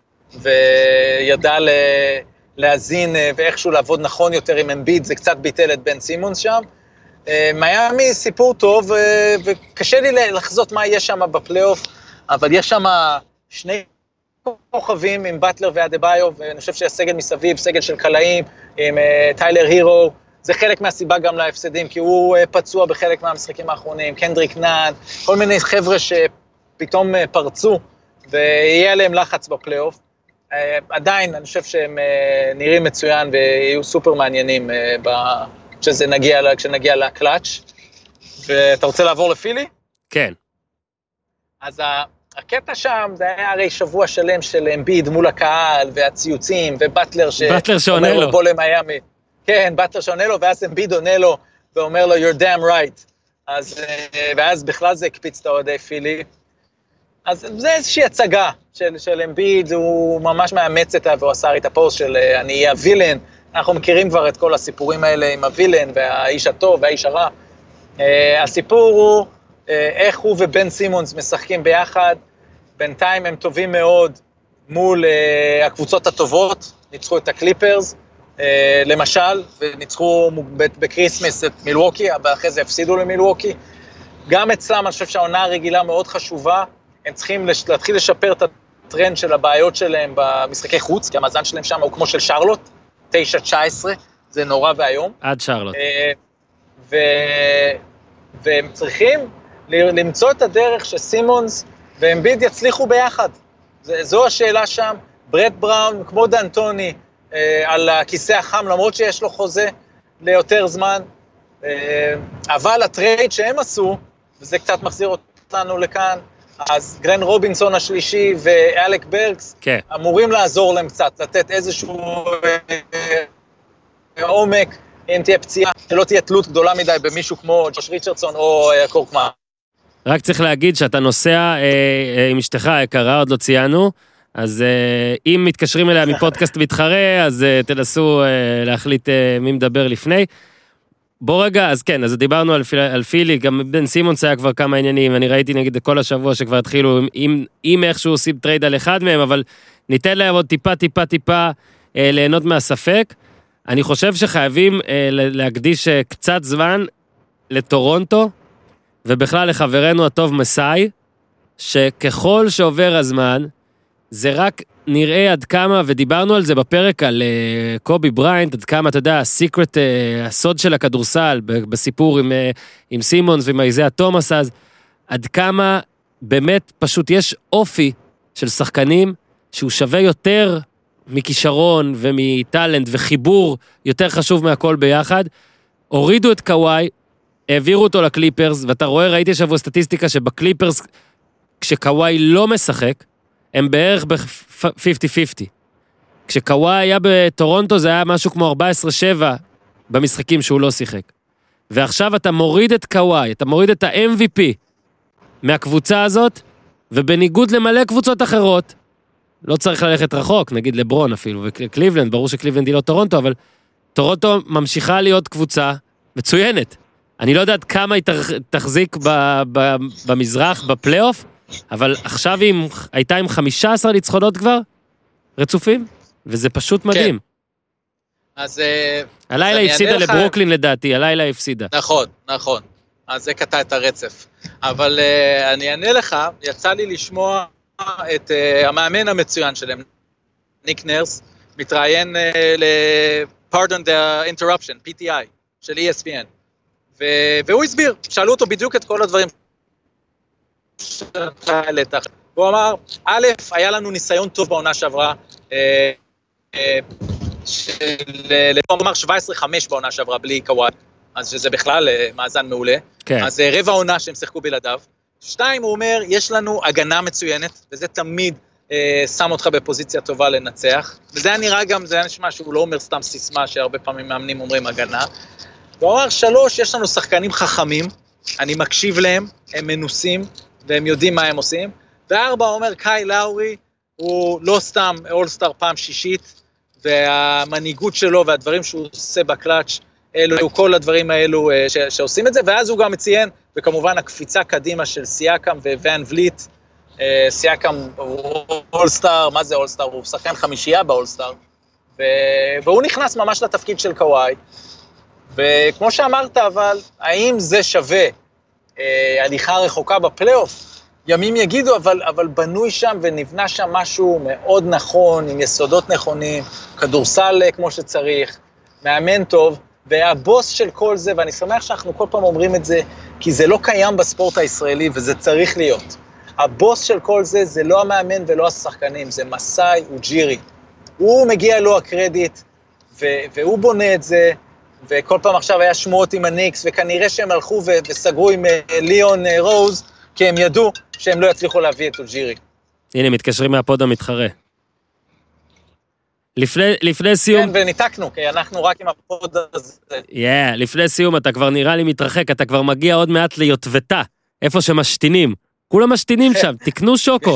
C: וידע להזין ואיכשהו לעבוד נכון יותר עם אמביד, זה קצת ביטל את בן סימונס שם. מיימי סיפור טוב, וקשה לי לחזות מה יש שם בפלייאוף, אבל יש שם שני כוכבים עם באטלר ואדבאיו, ואני חושב שהסגל מסביב, סגל של קלעים, עם טיילר הירו, זה חלק מהסיבה גם להפסדים, כי הוא פצוע בחלק מהמשחקים האחרונים, קנדריק נאן, כל מיני חבר'ה שפתאום פרצו, ויהיה עליהם לחץ בפלייאוף. עדיין, אני חושב שהם נראים מצוין, ויהיו סופר מעניינים כשזה נגיע, כשנגיע לקלאץ'. ואתה רוצה לעבור לפילי?
A: כן.
C: אז הקטע שם, זה היה הרי שבוע שלם של אמביד מול הקהל, והציוצים, ובטלר ש...
A: בטלר שעונה לו.
C: בוא למיימי. כן, בטלר שעונה לו, ואז אמביד עונה לו, ואומר לו, you're damn right. אז, ואז בכלל זה הקפיץ את האוהדי פילי. אז זה איזושהי הצגה של, של אמביד, הוא ממש מאמץ את, והוא עשה את הפוסט של אני אהיה הווילן, אנחנו מכירים כבר את כל הסיפורים האלה עם הווילן, והאיש הטוב והאיש הרע. הסיפור הוא איך הוא ובן סימונס משחקים ביחד, בינתיים הם טובים מאוד מול הקבוצות הטובות, ניצחו את הקליפרס, למשל, וניצחו בקריסמס את מילווקי, ואחרי זה הפסידו למילווקי. גם אצלם, אני חושב שהעונה הרגילה מאוד חשובה, הם צריכים להתחיל לשפר את הטרנד של הבעיות שלהם במשחקי חוץ, כי המאזן שלהם שם הוא כמו של שרלוט, תשע תשע עשרה, זה נורא והיום.
A: עד שרלוט.
C: ו... והם צריכים למצוא את הדרך שסימונס ואמביד יצליחו ביחד. זו השאלה שם, ברד בראון, כמו דנטוני, על הכיסא החם, למרות שיש לו חוזה ליותר זמן, אבל הטרייד שהם עשו, וזה קצת מחזיר אותנו לכאן, אז גרן רובינסון השלישי ואלק ברקס,
A: כן.
C: אמורים לעזור להם קצת, לתת איזשהו עומק, אם תהיה פציעה, שלא תהיה תלות גדולה מדי במישהו כמו ג'וש ריצ'רדסון או קורקמן.
A: רק צריך להגיד שאתה נוסע אה, אה, עם אשתך היקרה, עוד לא ציינו, אז אה, אם מתקשרים אליה מפודקאסט מתחרה, אז אה, תנסו אה, להחליט אה, מי מדבר לפני. בוא רגע, אז כן, אז דיברנו על, על פילי, גם בן סימונס היה כבר כמה עניינים, אני ראיתי נגיד כל השבוע שכבר התחילו, אם, אם איכשהו עושים טרייד על אחד מהם, אבל ניתן להם עוד טיפה, טיפה, טיפה אה, ליהנות מהספק. אני חושב שחייבים אה, להקדיש אה, קצת זמן לטורונטו, ובכלל לחברנו הטוב מסאי, שככל שעובר הזמן, זה רק נראה עד כמה, ודיברנו על זה בפרק על uh, קובי בריינט, עד כמה, אתה יודע, הסיקרט, uh, הסוד של הכדורסל, בסיפור עם, uh, עם סימונס ועם איזיה תומאס, אז עד כמה באמת פשוט יש אופי של שחקנים, שהוא שווה יותר מכישרון ומטלנט וחיבור יותר חשוב מהכל ביחד, הורידו את קוואי, העבירו אותו לקליפרס, ואתה רואה, ראיתי שבוע סטטיסטיקה שבקליפרס, כשקוואי לא משחק, הם בערך ב-חמישים חמישים. כשקוואי היה בטורונטו, זה היה משהו כמו ארבע עשרה שבע במשחקים שהוא לא שיחק. ועכשיו אתה מוריד את קוואי, אתה מוריד את ה-אם וי פי מהקבוצה הזאת, ובניגוד למלא קבוצות אחרות, לא צריך ללכת רחוק, נגיד לברון אפילו, וקליבלנד, ברור שקליבלנד היא לא טורונטו, אבל טורונטו ממשיכה להיות קבוצה מצוינת. אני לא יודעת כמה היא תחזיק ב- ב- במזרח, בפלייאוף, אבל עכשיו היא הייתה עם חמישה עשר ניצחונות כבר, רצופים, וזה פשוט מדהים.
C: כן. אז...
A: הלילה הפסידה לך... לברוקלין לדעתי, הלילה הפסידה.
C: נכון, נכון. אז זה קטע את הרצף. אבל uh, אני אענה לך, יצא לי לשמוע את uh, המאמן המצוין שלהם, ניק נרס, מתראיין ל-Pardon the Interruption, פי טי איי, של E S P N, והוא הסביר, שאלו אותו בדיוק את כל הדברים שאתה העלית. הוא אמר, א', היה לנו ניסיון טוב בעונה שעברה, הוא אמר שבע עשרה חמש בעונה שעברה בלי קוואי, אז שזה בכלל מאזן מעולה, אז רבע עונה שהם שיחקו בלעדיו. שתיים, הוא אומר, יש לנו הגנה מצוינת, וזה תמיד שם אותך בפוזיציה טובה לנצח, וזה היה נראה גם, זה היה נשמע שהוא לא אומר סתם סיסמה, שהרבה פעמים מאמנים אומרים הגנה. הוא אמר, שלוש, יש לנו שחקנים חכמים, אני מקשיב להם, הם מנוסים, והם יודעים מה הם עושים. וארבע, אומר, קאי לאורי, הוא לא סתם אולסטאר פעם שישית, והמנהיגות שלו והדברים שהוא עושה בקלאץ', אלו כל הדברים האלו ש- שעושים את זה, ואז הוא גם מציין, וכמובן הקפיצה קדימה של סייקם וואן וליט, סייקם הוא אולסטאר, מה זה אולסטאר? הוא שחקן חמישייה באולסטאר, ו- והוא נכנס ממש לתפקיד של קוואי, וכמו שאמרת, אבל האם זה שווה אה, הליכה רחוקה בפלייאוף? ימים יגידו, אבל, אבל בנוי שם ונבנה שם משהו מאוד נכון, עם יסודות נכונים, כדורסל כמו שצריך, מאמן טוב, והבוס של כל זה, ואני שמח שאנחנו כל פעם אומרים את זה, כי זה לא קיים בספורט הישראלי, וזה צריך להיות. הבוס של כל זה, זה לא המאמן ולא השחקנים, זה מסאי וג'ירי. הוא מגיע לו הקרדיט, ו- והוא בונה את זה, וכל פעם עכשיו היה שמועות עם הניקס, וכנראה שהם הלכו ו- וסגרו עם uh, ליאון uh, רוז, כי הם ידעו שהם לא יצליחו להביא את אוג'ירי.
A: הנה, מתקשרים מהפוד המתחרה. לפני, לפני סיום...
C: כן, וניתקנו, כי אנחנו רק עם הפוד הזה.
A: כן, yeah, לפני סיום אתה כבר נראה לי מתרחק, אתה כבר מגיע עוד מעט ליוטבתה, איפה שמשתינים. כולם משתינים שם, תקנו שוקו.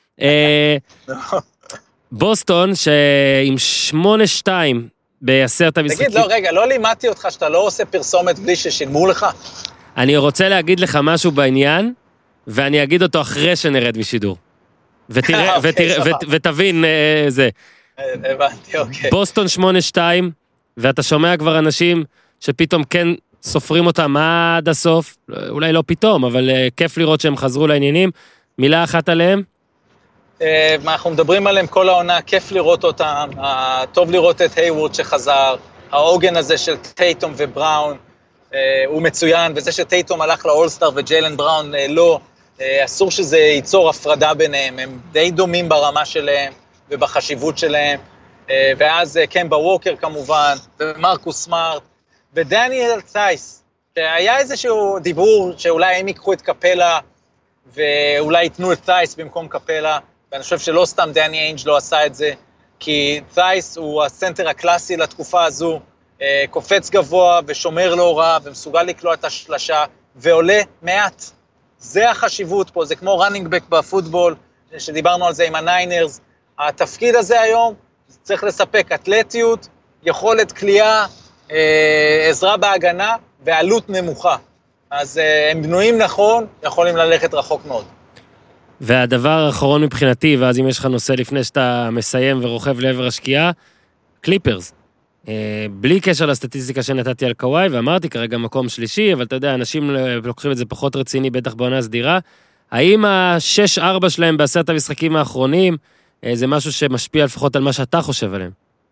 A: בוסטון, שעם שמונה שתיים בעשרת המשחקים...
C: תגיד, לא, רגע, לא לימדתי אותך שאתה לא עושה פרסומת בלי ששילמו לך?
A: אני רוצה להגיד לך משהו בעניין, ואני אגיד אותו אחרי שנרד משידור. ותראה, ותראה, ותבין זה.
C: הבנתי, אוקיי.
A: בוסטון שמונה שתיים, ואתה שומע כבר אנשים שפתאום כן סופרים אותם עד הסוף, אולי לא פתאום, אבל כיף לראות שהם חזרו לעניינים. מילה אחת עליהם?
C: אנחנו מדברים עליהם כל העונה, כיף לראות אותם, טוב לראות את היוורד שחזר, העוגן הזה של טייטום ובראון, הוא מצוין, וזה שטייטום הלך לאולסטאר וג'יילן בראון לא, אסור שזה ייצור הפרדה ביניהם, הם די דומים ברמה שלהם ובחשיבות שלהם, ואז קמבה ווקר כמובן, ומרקוס סמארט, ודניאל צייס, שהיה איזשהו דיבור שאולי הם ייקחו את קפלה, ואולי ייתנו את צייס במקום קפלה, ואני חושב שלא סתם דני איינג' לא עשה את זה, כי צייס הוא הסנטר הקלאסי לתקופה הזו, קופץ גבוה ושומר לא רע, ומסוגל לקלוע את השלשה, ועולה מעט. זה החשיבות פה, זה כמו רנינג בק בפוטבול, שדיברנו על זה עם הניינרס, התפקיד הזה היום צריך לספק אתלטיות, יכולת קליעה, עזרה בהגנה, ועלות נמוכה. אז הם בנויים נכון, יכולים ללכת רחוק מאוד.
A: והדבר האחרון מבחינתי, ואז אם יש לך נושא לפני שאתה מסיים ורוכב לעבר השקיעה, קליפרס. בלי קשר לסטטיסטיקה שנתתי על קוואי, ואמרתי כרגע מקום שלישי, אבל אתה יודע, אנשים לוקחים את זה פחות רציני, בטח בעונה סדירה. האם ה-שש ארבע שלהם בעשרת המשחקים האחרונים, זה משהו שמשפיע לפחות על מה שאתה חושב עליהם?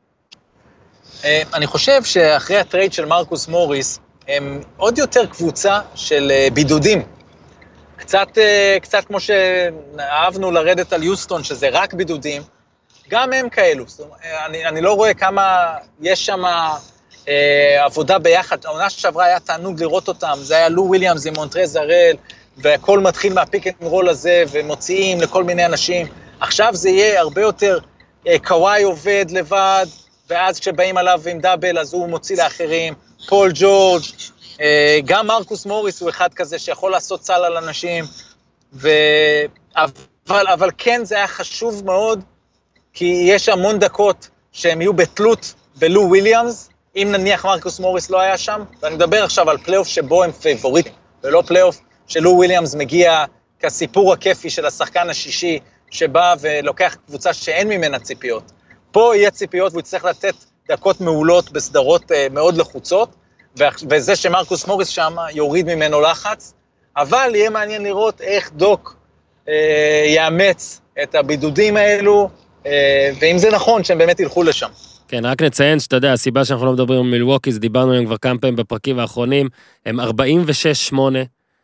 C: אני חושב שאחרי הטרייד של מרקוס מוריס, הם עוד יותר קבוצה של בידודים. קצת, קצת כמו שאהבנו לרדת על יוסטון, שזה רק בידודים, גם הם כאלו. אני, אני לא רואה כמה יש שם אה, עבודה ביחד. העונה שעברה היה תענוג לראות אותם, זה היה לו וויליאמס עם מונטרז הראל, והכל מתחיל מהפיק אנד רול הזה, ומוציאים לכל מיני אנשים. עכשיו זה יהיה הרבה יותר, אה, קוואי עובד לבד, ואז כשבאים עליו עם דאבל, אז הוא מוציא לאחרים, פול ג'ורג', אה, גם מרקוס מוריס הוא אחד כזה שיכול לעשות צל על אנשים, ו... אבל, אבל כן זה היה חשוב מאוד, כי יש המון דקות שהם יהיו בתלות בלו וויליאמס, אם נניח מרקוס מוריס לא היה שם, ואני מדבר עכשיו על פלייאוף שבו הם פייבוריטים, ולא פלייאוף שלו וויליאמס מגיע כסיפור הכיפי של השחקן השישי, שבא ולוקח קבוצה שאין ממנה ציפיות. פה יהיה ציפיות והוא צריך לתת דקות מעולות בסדרות מאוד לחוצות, וזה שמרקוס מוריס שם יוריד ממנו לחץ, אבל יהיה מעניין לראות איך דוק אה, יאמץ את הבידודים האלו, ואם זה נכון, שהם באמת ילכו לשם.
A: כן, רק נציין שאתה יודע, הסיבה שאנחנו לא מדברים על מילווקי, זה דיברנו עליהם כבר כמה פעמים בפרקים האחרונים, הם ארבעים ושש שמונה,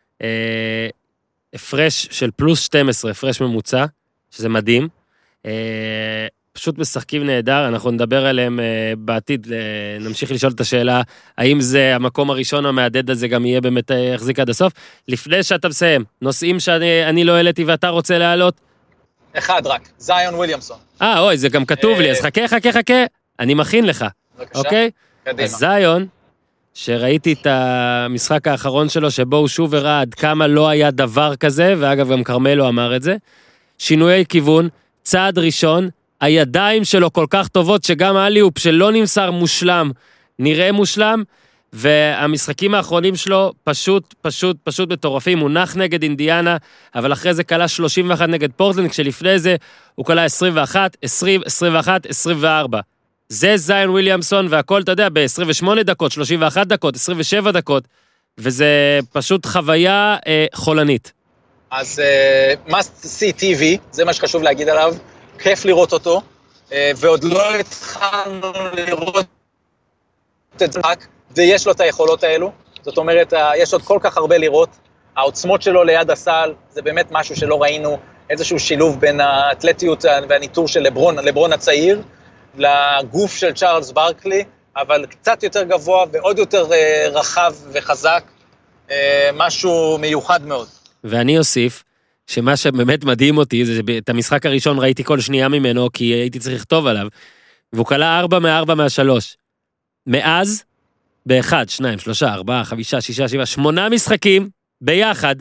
A: אה, הפרש של פלוס שתים עשרה, הפרש ממוצע, שזה מדהים, אה, פשוט משחקים נהדר, אנחנו נדבר עליהם אה, בעתיד, אה, נמשיך לשאול את השאלה, האם זה המקום הראשון המעדד הזה גם יהיה באמת יחזיק עד הסוף, לפני שאתה מסיים, נושאים שאני אני לא העליתי ואתה רוצה להעלות?
C: אחד רק, זיון וויליאמסון.
A: אה, אוי, זה גם כתוב לי, אז חכה, חכה, חכה, אני מכין לך, אוקיי?
C: קדימה.
A: אז זיון, שראיתי את המשחק האחרון שלו, שבו הוא שוב הראה עד כמה לא היה דבר כזה, ואגב גם קרמלו אמר את זה, שינויי כיוון, צעד ראשון, הידיים שלו כל כך טובות, שגם האליופ שלא נמסר מושלם, נראה מושלם, והמשחקים האחרונים שלו פשוט, פשוט, פשוט מטורפים, הוא נח נגד אינדיאנה, אבל אחרי זה קלה שלושים ואחת נגד פורטלנד, כשלפני זה הוא קלה עשרים ואחת, עשרים, עשרים ואחת, עשרים וארבע. זה זיון וויליאמסון, והכל, אתה יודע, ב-עשרים ושמונה דקות, שלושים ואחת דקות, עשרים ושבע דקות, וזה פשוט חוויה אה, חולנית.
C: אז uh, must see טי וי, זה מה שחשוב להגיד עליו, כיף לראות אותו, uh, ועוד לא התחלנו לראות את זה רק, ויש לו את היכולות האלו, זאת אומרת, uh, יש עוד כל כך הרבה לראות, העוצמות שלו ליד הסל, זה באמת משהו שלא ראינו, איזשהו שילוב בין האתלטיות והניטור של לברון, לברון הצעיר, לגוף של צ'ארלס ברקלי, אבל קצת יותר גבוה ועוד יותר uh, רחב וחזק, uh, משהו מיוחד מאוד.
A: ואני אוסיף, שמה שבאמת מדהים אותי, זה שאת המשחק הראשון ראיתי כל שנייה ממנו, כי הייתי צריך לכתוב עליו, והוא קלה ארבע מארבע מהשלוש. מאז, באחד, שניים, שלושה, ארבעה, חמישה, שישה, שבעה, שמונה משחקים, ביחד,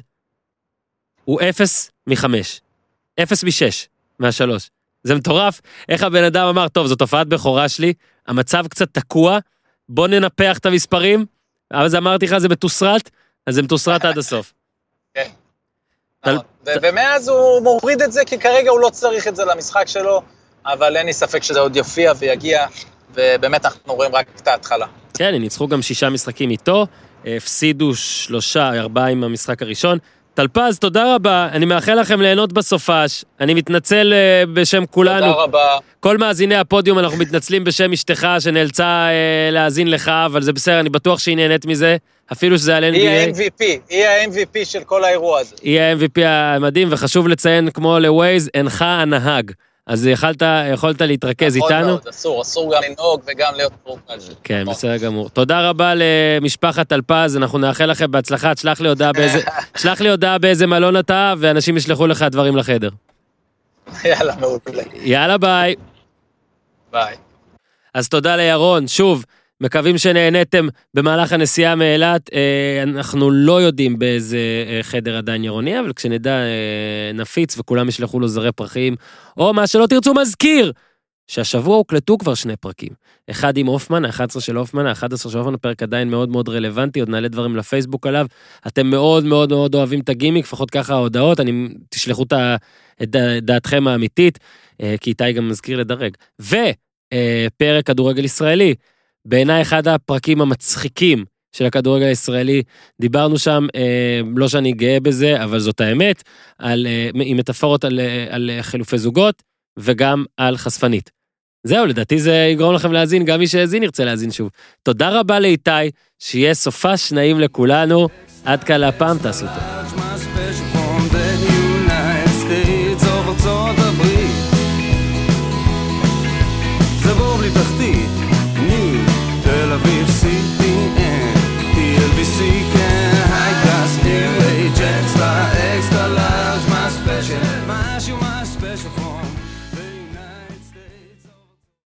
A: הוא אפס מחמש. אפס משש מהשלוש. זה מטורף, איך הבן אדם אמר, טוב, זו תופעת בכורה שלי, המצב קצת תקוע, בוא ננפח את המספרים, אז אמרתי לך, זה מתוסרט, אז זה מתוסרט עד הסוף.
C: כן. ומאז הוא מוריד את זה, כי כרגע הוא לא צריך את זה למשחק שלו, אבל אין לי ספק שזה עוד יופיע ויגיע, ובאמת אנחנו רואים רק את ההתחלה.
A: כן, הם ניצחו גם שישה משחקים איתו, הפסידו שלושה, ארבעה עם המשחק הראשון. טלפז, תודה רבה, אני מאחל לכם ליהנות בסופש, אני מתנצל בשם כולנו.
C: תודה רבה.
A: כל מאזיני הפודיום אנחנו מתנצלים בשם אשתך שנאלצה להאזין לך, אבל זה בסדר, אני בטוח שהיא נהנית מזה, אפילו שזה על אן בי איי.
C: היא ה-אם וי פי, היא ה-אם וי פי של כל האירוע הזה.
A: היא ה-אם וי פי המדהים, וחשוב לציין כמו לווייז, אינך הנהג. אז יכולת, יכולת להתרכז איתנו.
C: מאוד, אסור, אסור גם לנהוג וגם להיות פרוקל.
A: כן, בסדר גמור. תודה רבה למשפחת טלפז, אנחנו נאחל לכם בהצלחה, תשלח לי הודעה באיזה, תשלח לי הודעה באיזה מלון אתה, ואנשים ישלחו לך דברים לחדר.
C: יאללה, מעולה.
A: יאללה, ביי.
C: ביי.
A: אז תודה לירון, שוב, מקווים שנהנתם במהלך הנסיעה מאילת, אנחנו לא יודעים באיזה חדר עדיין ירון יהיה, אבל כשנדע נפיץ וכולם ישלחו לו זרי פרחים, או מה שלא תרצו מזכיר, שהשבוע הוקלטו כבר שני פרקים, אחד עם אופמן, ה-אחד עשר של אופמן, ה-אחד עשר של אופמן, הפרק עדיין מאוד מאוד רלוונטי, עוד נעלה דברים לפייסבוק עליו, אתם מאוד מאוד מאוד אוהבים את הגימיק, לפחות ככה ההודעות, אני תשלחו את דעתכם האמיתית, כי איתי גם מזכיר לדרג, ופרק כדורגל ישראלי, בעיניי אחד הפרקים המצחיקים של הכדורגל הישראלי, דיברנו שם, אה, לא שאני גאה בזה, אבל זאת האמת, על, אה, עם מטאפורות על, על חילופי זוגות, וגם על חשפנית. זהו, לדעתי זה יגרום לכם להאזין, גם מי שהאזין ירצה להאזין שוב. תודה רבה לאיתי, שיהיה סופה שניים לכולנו, עד כאן להפעם, תעשו טוב.